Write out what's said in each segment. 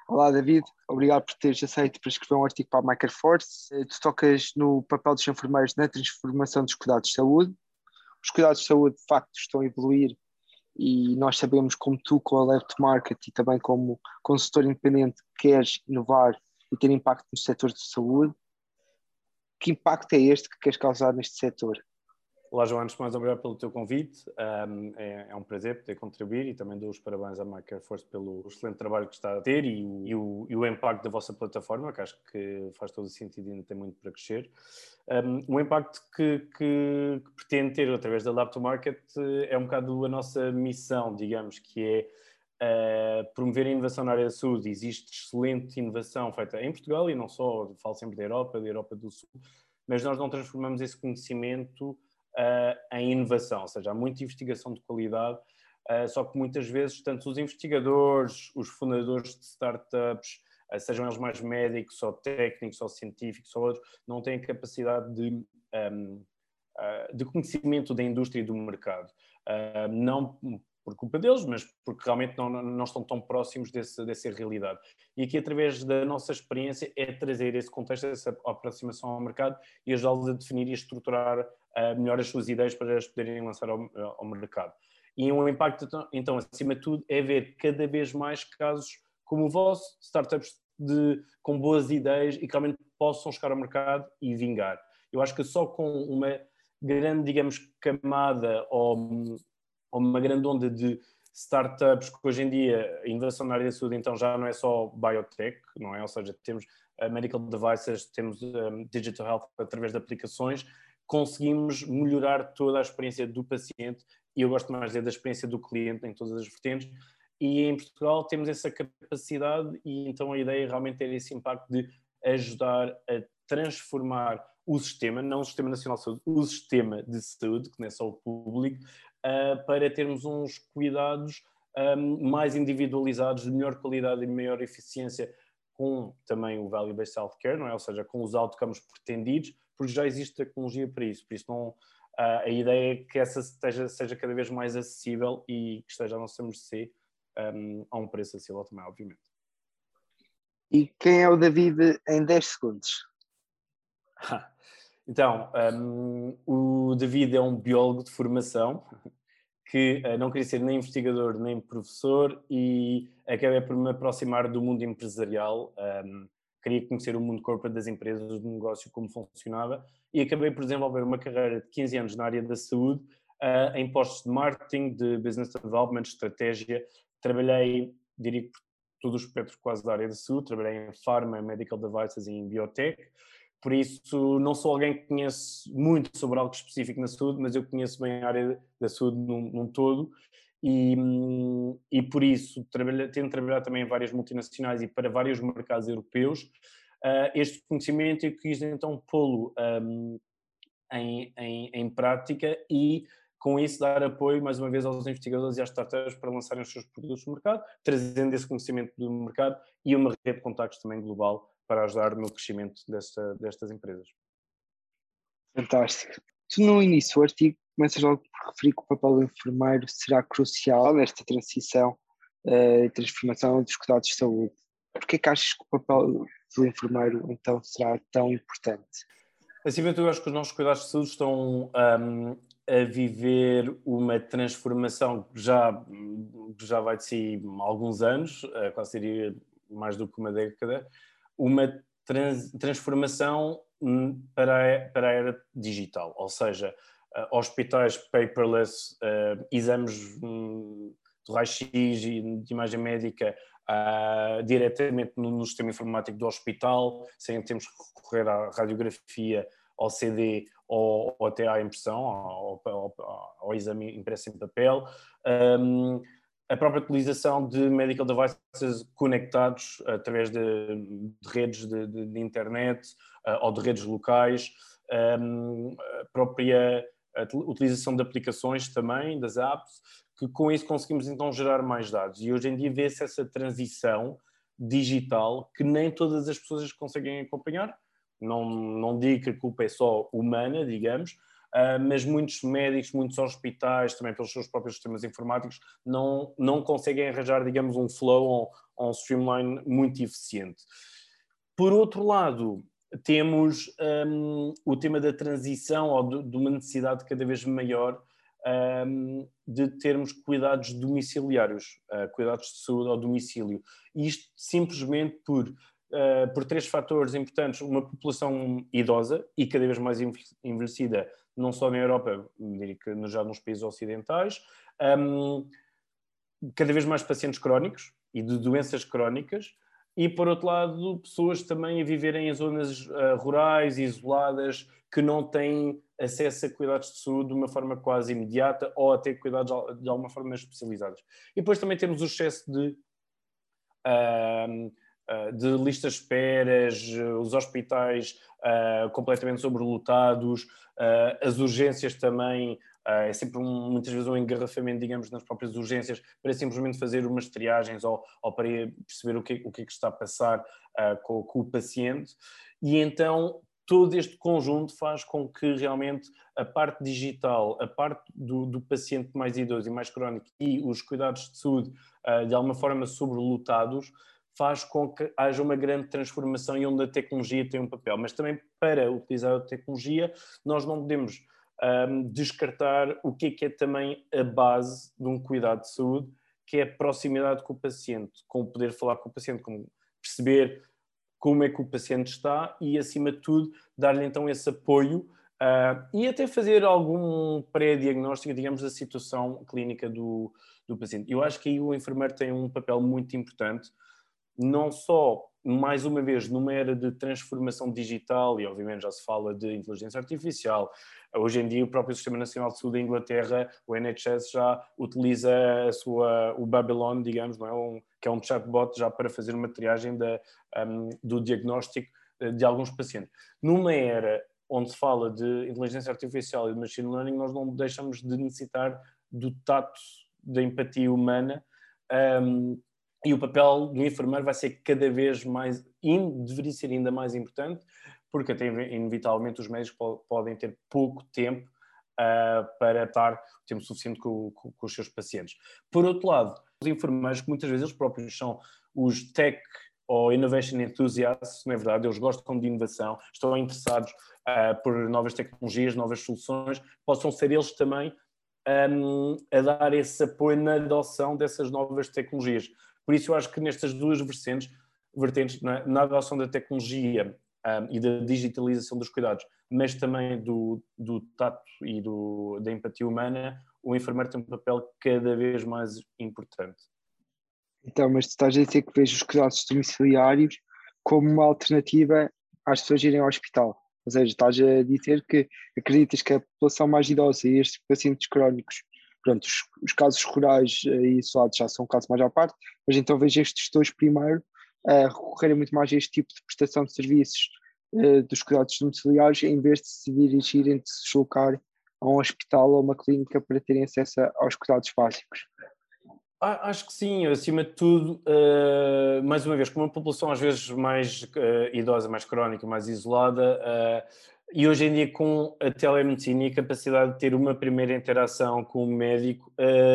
Olá, David. Obrigado por teres aceito para escrever um artigo para a Microforce. Tu tocas no papel dos enfermeiros na transformação dos cuidados de saúde. Os cuidados de saúde, de facto, estão a evoluir e nós sabemos como tu, com a Left Market e também como consultor independente, queres inovar e ter impacto no setor de saúde. Que impacto é este que queres causar neste setor? Olá, João, antes de mais, obrigado pelo teu convite. É um prazer poder contribuir e também dou os parabéns à Microforce pelo excelente trabalho que está a ter e o impacto da vossa plataforma, que acho que faz todo o sentido e ainda tem muito para crescer. O impacto que pretende ter através da Lab to Market é um bocado a nossa missão, digamos, que é promover a inovação na área da saúde. Existe excelente inovação feita em Portugal e não só, falo sempre da Europa do Sul, mas nós não transformamos esse conhecimento em inovação, ou seja, há muita investigação de qualidade, só que muitas vezes, tanto os investigadores, os fundadores de startups, sejam eles mais médicos, ou técnicos, ou científicos, ou outros, não têm capacidade de conhecimento da indústria e do mercado. Não por culpa deles, mas porque realmente não estão tão próximos dessa realidade. E aqui, através da nossa experiência, é trazer esse contexto, essa aproximação ao mercado e ajudá-los a definir e estruturar melhor as suas ideias para as poderem lançar ao mercado. E um impacto, então, acima de tudo, é ver cada vez mais casos como o vosso, startups com boas ideias e que realmente possam chegar ao mercado e vingar. Eu acho que só com uma grande, digamos, camada ou uma grande onda de startups que hoje em dia, a inovação na área da saúde, então já não é só biotech, não é? Ou seja, temos medical devices, temos digital health através de aplicações, conseguimos melhorar toda a experiência do paciente e eu gosto mais da experiência do cliente em todas as vertentes. E em Portugal temos essa capacidade e então a ideia é realmente ter esse impacto de ajudar a transformar o sistema, não o Sistema Nacional de Saúde, o sistema de saúde, que não é só o público, para termos uns cuidados mais individualizados, de melhor qualidade e maior eficiência, com também o Value-Based Healthcare, não é? Ou seja, com os outcomes pretendidos, porque já existe tecnologia para isso. Por isso, a ideia é que essa seja cada vez mais acessível e que esteja à nossa mercê a um preço acessível também, obviamente. E quem é o David em 10 segundos? Então, o David é um biólogo de formação que não queria ser nem investigador nem professor e acabei por me aproximar do mundo empresarial. Queria conhecer o mundo corporate das empresas, do negócio, como funcionava e acabei por desenvolver uma carreira de 15 anos na área da saúde, em postos de marketing, de business development, estratégia. Trabalhei, diria que por todo o espectro quase da área da saúde, trabalhei em pharma, medical devices e em biotech. Por isso, não sou alguém que conhece muito sobre algo específico na saúde, mas eu conheço bem a área da saúde num todo e por isso, tendo trabalhado também em várias multinacionais e para vários mercados europeus, este conhecimento eu quis então pô-lo em prática e com isso dar apoio mais uma vez aos investigadores e às startups para lançarem os seus produtos no mercado, trazendo esse conhecimento do mercado e uma rede de contactos também global para ajudar no crescimento destas empresas. Fantástico. Tu no início do artigo começas logo por referir que o papel do enfermeiro será crucial nesta transição e transformação dos cuidados de saúde. Porquê que achas que o papel do enfermeiro então será tão importante? Acima de tudo, acho que os nossos cuidados de saúde estão a viver uma transformação que já vai de si há alguns anos, quase diria mais do que uma década, uma transformação para a era digital, ou seja, hospitais paperless, exames de raio-x e de imagem médica diretamente no sistema informático do hospital, sem termos que recorrer à radiografia, ao CD ou até à impressão, ao exame impresso em papel. A própria utilização de medical devices conectados através de redes de internet ou de redes locais, a própria utilização de aplicações também, das apps, que com isso conseguimos então gerar mais dados. E hoje em dia vê-se essa transição digital que nem todas as pessoas conseguem acompanhar. Não digo que a culpa é só humana, digamos, mas muitos médicos, muitos hospitais, também pelos seus próprios sistemas informáticos, não conseguem arranjar, digamos, um flow ou um streamline muito eficiente. Por outro lado, temos o tema da transição ou de uma necessidade cada vez maior de termos cuidados domiciliários, cuidados de saúde ao domicílio. E isto simplesmente por três fatores importantes: uma população idosa e cada vez mais envelhecida, não só na Europa, diria que já nos países ocidentais, cada vez mais pacientes crónicos e de doenças crónicas, e por outro lado pessoas também a viverem em zonas rurais, isoladas, que não têm acesso a cuidados de saúde de uma forma quase imediata ou a ter cuidados de alguma forma especializados. E depois também temos o excesso de listas de esperas, os hospitais completamente sobrelotados, as urgências também, é sempre muitas vezes um engarrafamento, digamos, nas próprias urgências para simplesmente fazer umas triagens ou para perceber o que é que está a passar com o paciente. E então todo este conjunto faz com que realmente a parte digital, a parte do paciente mais idoso e mais crónico e os cuidados de saúde de alguma forma sobrelotados, faz com que haja uma grande transformação e onde a tecnologia tem um papel. Mas também para utilizar a tecnologia nós não podemos descartar o que é também a base de um cuidado de saúde, que é a proximidade com o paciente, com o poder falar com o paciente, com perceber como é que o paciente está e, acima de tudo, dar-lhe então esse apoio e até fazer algum pré-diagnóstico, digamos, da situação clínica do paciente. Eu acho que aí o enfermeiro tem um papel muito importante, não só, mais uma vez, numa era de transformação digital, e obviamente já se fala de inteligência artificial. Hoje em dia o próprio Sistema Nacional de Saúde da Inglaterra, o NHS, já utiliza o Babylon, digamos, não é? Que é um chatbot já para fazer uma triagem do diagnóstico de alguns pacientes. Numa era onde se fala de inteligência artificial e de machine learning, nós não deixamos de necessitar do tato, da empatia humana, e o papel do enfermeiro vai ser cada vez mais, deveria ser ainda mais importante, porque até inevitavelmente os médicos podem ter pouco tempo para estar tempo suficiente com os seus pacientes. Por outro lado, os enfermeiros, que muitas vezes eles próprios são os tech ou innovation enthusiasts, não é verdade? Eles gostam de inovação, estão interessados por novas tecnologias, novas soluções, possam ser eles também a dar esse apoio na adoção dessas novas tecnologias. Por isso eu acho que nestas duas vertentes, na adoção da tecnologia e da digitalização dos cuidados, mas também do tato e da empatia humana, o enfermeiro tem um papel cada vez mais importante. Então, mas tu estás a dizer que vês os cuidados domiciliários como uma alternativa às pessoas irem ao hospital. Ou seja, estás a dizer que acreditas que a população mais idosa e estes pacientes crónicos, pronto, os casos rurais e isolados já são um caso mais à parte, mas então vejo estes dois primeiro recorrerem muito mais a este tipo de prestação de serviços dos cuidados domiciliários, em vez de se dirigirem, de se deslocar a um hospital ou uma clínica para terem acesso aos cuidados básicos. Acho que sim, acima de tudo, mais uma vez, como uma população às vezes mais idosa, mais crónica, mais isolada, e hoje em dia com a telemedicina e a capacidade de ter uma primeira interação com o médico,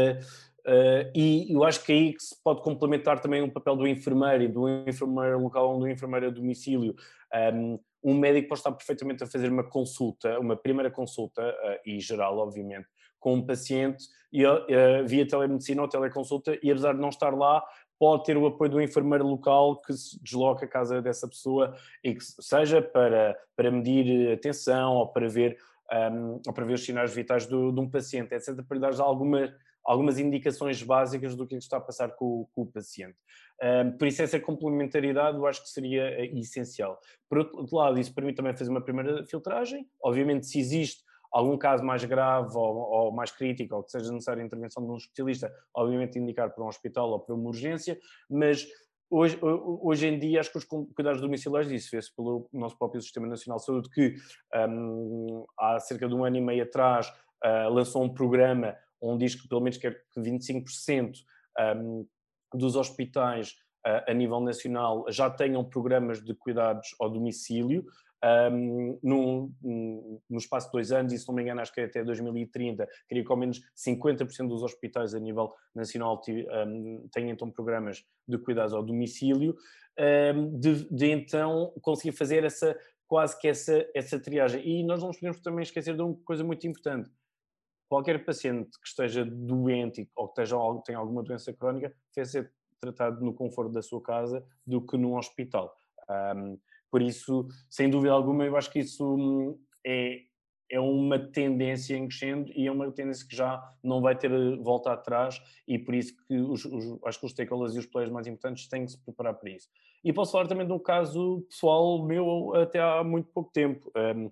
e eu acho que aí que se pode complementar também o papel do enfermeiro e do enfermeiro local ou do enfermeiro a domicílio. Um médico pode estar perfeitamente a fazer uma consulta, uma primeira consulta, e geral, obviamente, com um paciente via telemedicina ou teleconsulta, e apesar de não estar lá, pode ter o apoio do enfermeiro local que se desloca à casa dessa pessoa, e que seja para medir a tensão ou para ver os sinais vitais de um paciente, etc., para lhe dar algumas indicações básicas do que está a passar com o paciente. Por isso essa complementaridade eu acho que seria essencial. Por outro lado, isso permite também fazer uma primeira filtragem. Obviamente, se existe algum caso mais grave ou mais crítico, ou que seja necessária a intervenção de um especialista, obviamente indicar para um hospital ou para uma urgência, mas hoje em dia acho que os cuidados domiciliares, isso fez pelo nosso próprio Sistema Nacional de Saúde, que há cerca de 1 ano e meio atrás lançou um programa onde diz que pelo menos quer que 25% dos hospitais a nível nacional já tenham programas de cuidados ao domicílio, no espaço de 2 anos, e se não me engano, acho que até 2030, queria que ao menos 50% dos hospitais a nível nacional tenham então programas de cuidados ao domicílio, de então conseguir fazer quase que essa triagem. E nós não nos podemos também esquecer de uma coisa muito importante. Qualquer paciente que esteja doente ou que tenha alguma doença crónica deve ser tratado no conforto da sua casa do que num hospital. Por isso, sem dúvida alguma, eu acho que isso é uma tendência em crescendo e é uma tendência que já não vai ter volta atrás, e por isso que acho que os stakeholders e os players mais importantes têm que se preparar para isso. E posso falar também de um caso pessoal meu até há muito pouco tempo.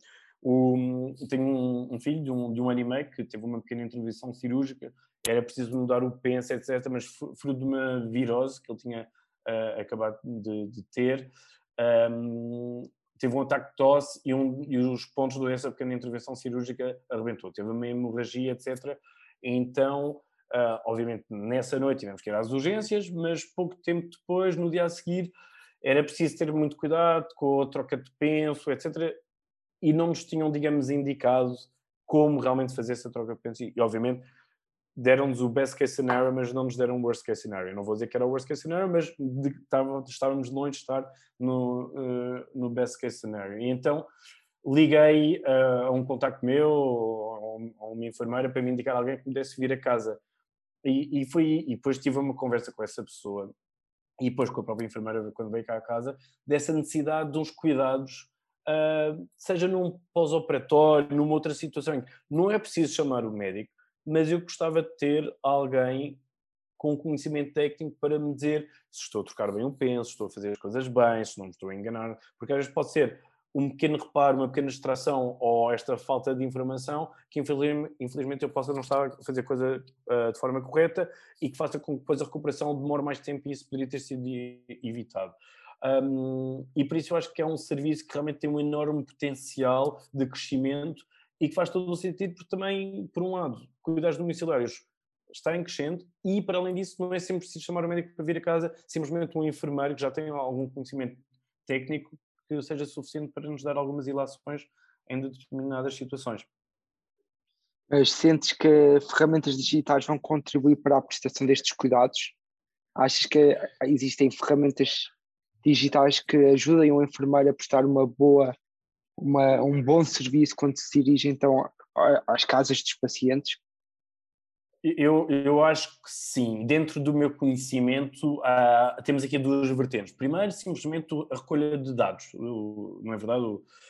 Tenho um filho de um ano e meio que teve uma pequena intervenção cirúrgica, era preciso mudar o pence, etc., mas fruto de uma virose que ele tinha acabado de ter. Teve um ataque de tosse e os pontos dessa pequena intervenção cirúrgica arrebentou. Teve uma hemorragia, etc. Então, obviamente, nessa noite tivemos que ir às urgências, mas pouco tempo depois, no dia a seguir, era preciso ter muito cuidado com a troca de penso, etc. E não nos tinham, digamos, indicado como realmente fazer essa troca de penso. E obviamente, deram-nos o best case scenario, mas não nos deram o worst case scenario. Não vou dizer que era o worst case scenario, mas estávamos longe de estar no best case scenario. E então liguei a um contacto meu, a uma enfermeira, para me indicar alguém que me desse vir a casa. E depois tive uma conversa com essa pessoa, e depois com a própria enfermeira, quando veio cá a casa, dessa necessidade de uns cuidados, seja num pós-operatório, numa outra situação em que não é preciso chamar o médico, mas eu gostava de ter alguém com conhecimento técnico para me dizer se estou a trocar bem o penso, se estou a fazer as coisas bem, se não me estou a enganar, porque às vezes pode ser um pequeno reparo, uma pequena distração ou esta falta de informação que infelizmente eu possa não estar a fazer coisa de forma correta e que faça com que depois a recuperação demore mais tempo, e isso poderia ter sido evitado. E por isso eu acho que é um serviço que realmente tem um enorme potencial de crescimento e que faz todo o sentido, porque também, por um lado, cuidados domiciliários está em crescendo e, para além disso, não é sempre preciso chamar o médico para vir a casa, simplesmente um enfermeiro que já tem algum conhecimento técnico que seja suficiente para nos dar algumas ilações em determinadas situações. Mas sentes que ferramentas digitais vão contribuir para a prestação destes cuidados? Achas que existem ferramentas digitais que ajudem o enfermeiro a prestar um bom serviço quando se dirige então às casas dos pacientes? Eu acho que sim. Dentro do meu conhecimento, temos aqui duas vertentes. Primeiro, simplesmente a recolha de dados, não é verdade?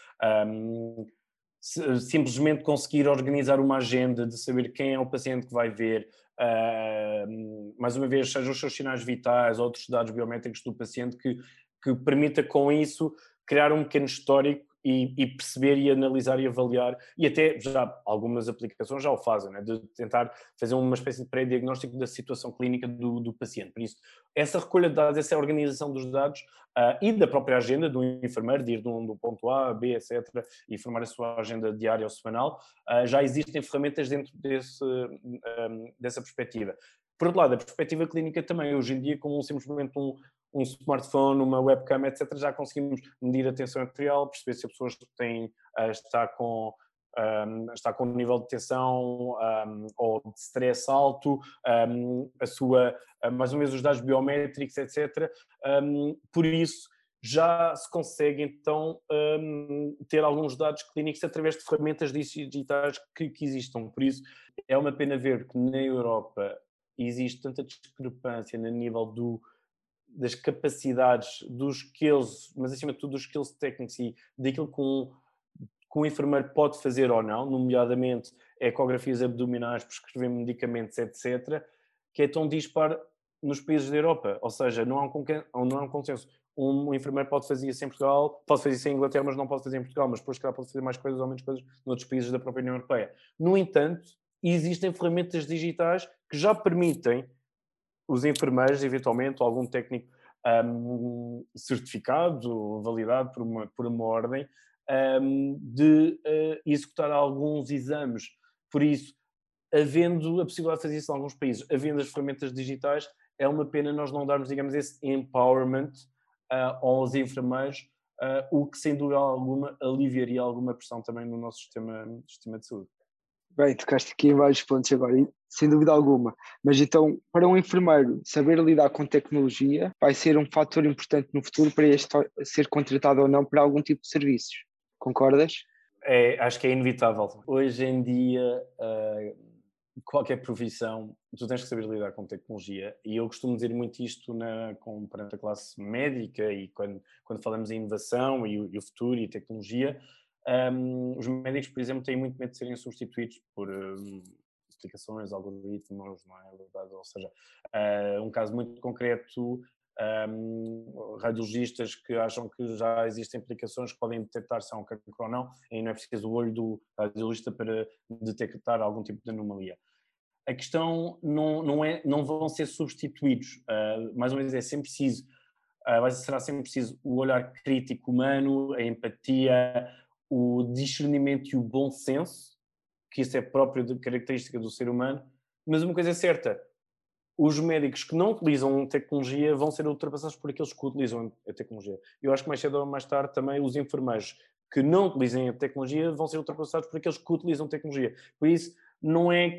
Simplesmente conseguir organizar uma agenda de saber quem é o paciente que vai ver, mais uma vez, sejam os seus sinais vitais ou outros dados biométricos do paciente, que permita com isso criar um pequeno histórico e perceber e analisar e avaliar, e até já algumas aplicações já o fazem, né? De tentar fazer uma espécie de pré-diagnóstico da situação clínica do paciente. Por isso, essa recolha de dados, essa organização dos dados e da própria agenda do enfermeiro, de ir do ponto A a B, etc., e formar a sua agenda diária ou semanal, já existem ferramentas dentro dessa perspectiva. Por outro lado, a perspectiva clínica também, hoje em dia, com simplesmente um smartphone, uma webcam, etc., já conseguimos medir a tensão arterial, perceber se a pessoa está com um nível de tensão ou de stress alto, mais ou menos os dados biométricos, etc. Por isso, já se consegue então ter alguns dados clínicos através de ferramentas digitais que existam. Por isso, é uma pena ver que na Europa existe tanta discrepância no nível das capacidades, dos skills, mas acima de tudo dos skills técnicos e daquilo que um enfermeiro pode fazer ou não, nomeadamente ecografias abdominais, prescrever medicamentos, etc., que é tão dispar nos países da Europa. Ou seja, não há um consenso. Um enfermeiro pode fazer isso em Portugal, pode fazer isso em Inglaterra, mas não pode fazer em Portugal, mas depois, se calhar, pode fazer mais coisas ou menos coisas noutros países da própria União Europeia. No entanto, existem ferramentas digitais que já permitem os enfermeiros, eventualmente, ou algum técnico certificado, validado por uma ordem, de executar alguns exames. Por isso, havendo a possibilidade de fazer isso em alguns países, havendo as ferramentas digitais, é uma pena nós não darmos, digamos, esse empowerment aos enfermeiros o que sem dúvida alguma aliviaria alguma pressão também no nosso sistema de saúde. Bem, tocaste aqui em vários pontos agora, e, sem dúvida alguma. Mas então, para um enfermeiro, saber lidar com tecnologia vai ser um fator importante no futuro para este ser contratado ou não para algum tipo de serviços. Concordas? Acho que é inevitável. Hoje em dia, qualquer profissão, tu tens que saber lidar com tecnologia. E eu costumo dizer muito isto perante a classe médica e quando falamos em inovação e o futuro e tecnologia. Os médicos, por exemplo, têm muito medo de serem substituídos por aplicações, algoritmos, não é verdade? Ou seja, um caso muito concreto, radiologistas que acham que já existem aplicações que podem detectar se há um cancro ou não, e não é preciso o olho do radiologista para detectar algum tipo de anomalia. A questão não vão ser substituídos, mais uma vez é sempre preciso, será sempre preciso o olhar crítico humano, a empatia, o discernimento e o bom senso, que isso é próprio de característica do ser humano, mas uma coisa é certa, os médicos que não utilizam tecnologia vão ser ultrapassados por aqueles que utilizam a tecnologia. Eu acho que mais cedo ou mais tarde também os enfermeiros que não utilizem a tecnologia vão ser ultrapassados por aqueles que utilizam tecnologia. Por isso, não é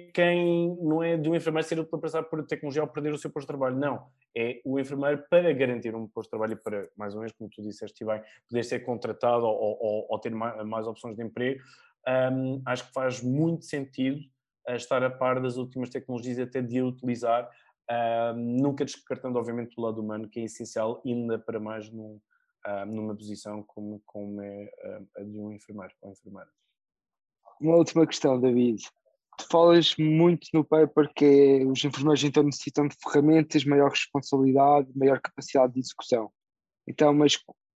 de um enfermeiro ser ultrapassado por tecnologia ao perder o seu posto de trabalho, não. É o enfermeiro para garantir um posto de trabalho e para, mais ou menos, como tu disseste bem, poder ser contratado ou ter mais opções de emprego. Acho que faz muito sentido estar a par das últimas tecnologias e até de a utilizar, nunca descartando, obviamente, o lado humano, que é essencial, ainda para mais numa posição como é a de um enfermeiro ou enfermeira. Uma última questão, David. Tu falas muito no paper que os enfermeiros então necessitam de ferramentas, maior responsabilidade, maior capacidade de execução. Então, mas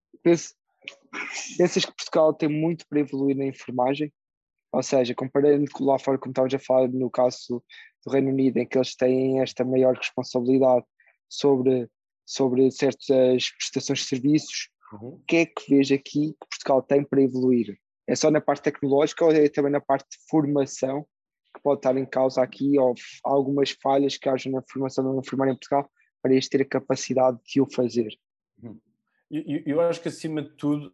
pensas que Portugal tem muito para evoluir na enfermagem? Ou seja, comparando com lá fora, como estavas a falar no caso do Reino Unido, em que eles têm esta maior responsabilidade sobre certas prestações de serviços, o que é que vês aqui que Portugal tem para evoluir? É só na parte tecnológica ou é também na parte de formação que pode estar em causa aqui, ou algumas falhas que haja na formação de um enfermeiro em Portugal para este ter a capacidade de o fazer? Eu acho que, acima de tudo,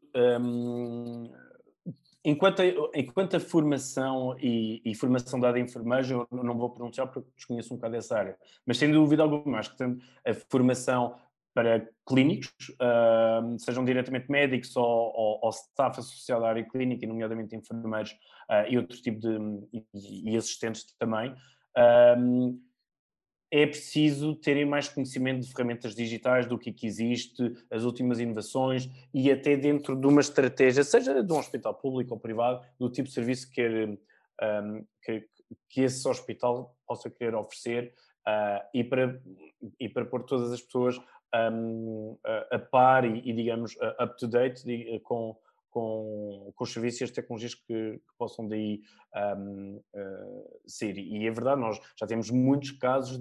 enquanto a formação e formação dada em enfermagem, eu não vou pronunciar porque desconheço um bocado essa área, mas sem dúvida alguma, acho que tanto a formação para clínicos, sejam diretamente médicos ou staff associado à área clínica, nomeadamente enfermeiros e outro tipo e assistentes também, é preciso terem mais conhecimento de ferramentas digitais, do que existe, as últimas inovações e até dentro de uma estratégia, seja de um hospital público ou privado, do tipo de serviço que esse hospital possa querer oferecer, e para pôr todas as pessoas a par e digamos, up-to-date com os serviços e as tecnologias que possam daí ser. E é verdade, nós já temos muitos casos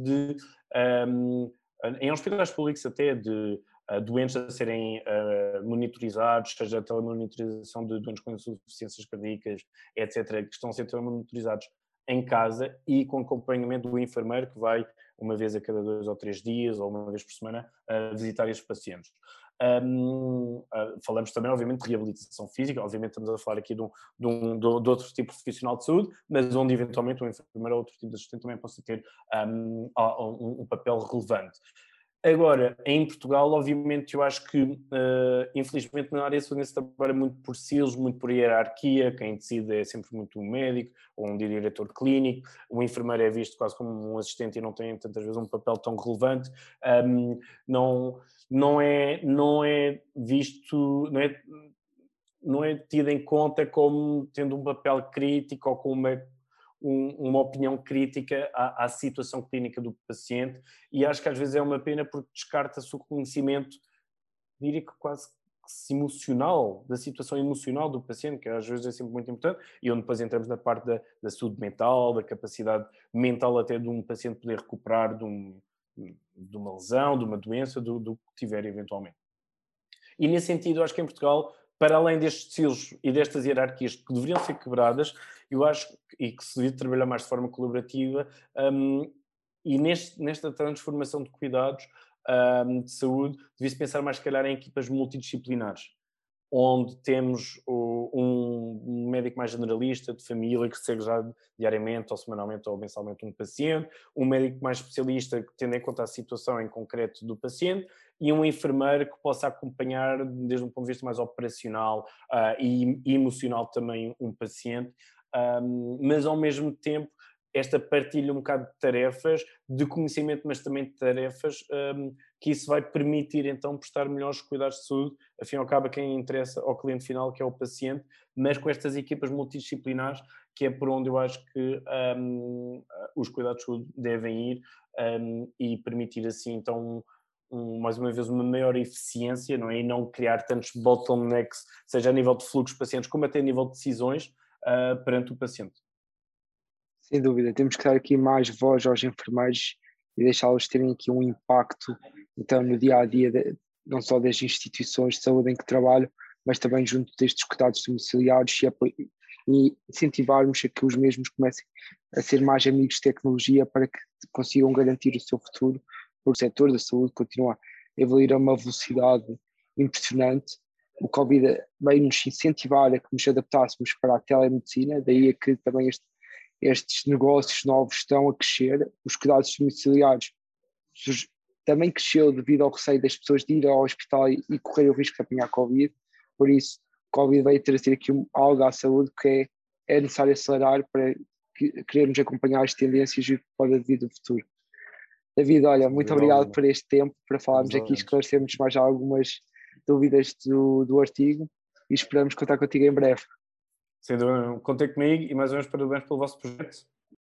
em hospitais públicos até, de doentes a serem monitorizados, seja a telemonitorização de doentes com insuficiências cardíacas, etc., que estão a ser telemonitorizados em casa e com acompanhamento do enfermeiro que vai uma vez a cada 2 ou 3 dias ou uma vez por semana visitar esses pacientes. Falamos também, obviamente, de reabilitação física, obviamente estamos a falar aqui de outro tipo de profissional de saúde, mas onde eventualmente um enfermeiro ou outro tipo de assistente também possa ter um papel relevante. Agora, em Portugal, obviamente, eu acho que, infelizmente, na área de saúde se trabalha muito por silos, muito por hierarquia, quem decide é sempre muito um médico ou um diretor clínico, o enfermeiro é visto quase como um assistente e não tem tantas vezes um papel tão relevante, não é visto, não é tido em conta como tendo um papel crítico ou com uma opinião crítica à situação clínica do paciente, e acho que às vezes é uma pena porque descarta-se o conhecimento, diria que quase emocional, da situação emocional do paciente, que às vezes é sempre muito importante, e onde depois entramos na parte da saúde mental, da capacidade mental até de um paciente poder recuperar de uma lesão, de uma doença, do que tiver eventualmente. E nesse sentido, acho que em Portugal, para além destes silos e destas hierarquias que deveriam ser quebradas, eu acho que se devia trabalhar mais de forma colaborativa, e nesta transformação de cuidados de saúde, devia-se pensar mais, se calhar, em equipas multidisciplinares. onde temos um médico mais generalista de família que segue já diariamente ou semanalmente ou mensalmente um paciente, um médico mais especialista que tendo em conta a situação em concreto do paciente e um enfermeiro que possa acompanhar desde um ponto de vista mais operacional e emocional também um paciente, mas ao mesmo tempo esta partilha um bocado de tarefas, de conhecimento, mas também de tarefas, que isso vai permitir então prestar melhores cuidados de saúde, afinal acaba quem interessa ao cliente final, que é o paciente, mas com estas equipas multidisciplinares, que é por onde eu acho que os cuidados de saúde devem ir e permitir assim então mais uma vez uma maior eficiência, não é? E não criar tantos bottlenecks, seja a nível de fluxos de pacientes como até a nível de decisões perante o paciente. Sem dúvida, temos que dar aqui mais voz aos enfermeiros e deixá-los terem aqui um impacto, então, no dia a dia, não só das instituições de saúde em que trabalham, mas também junto destes cuidados domiciliários e incentivarmos a que os mesmos comecem a ser mais amigos de tecnologia para que consigam garantir o seu futuro, porque o setor da saúde continua a evoluir a uma velocidade impressionante. O Covid veio-nos incentivar a que nos adaptássemos para a telemedicina, daí é que também estes negócios novos estão a crescer, os cuidados domiciliários também cresceu devido ao receio das pessoas de ir ao hospital e correr o risco de apanhar Covid, por isso Covid veio trazer aqui algo à saúde que é necessário acelerar para querermos acompanhar as tendências e o que pode vir do futuro. David, olha, muito obrigado por este tempo, para falarmos aqui, esclarecermos mais algumas dúvidas do artigo e esperamos contar contigo em breve. Sem dúvida, contem comigo e mais uma vez parabéns pelo vosso projeto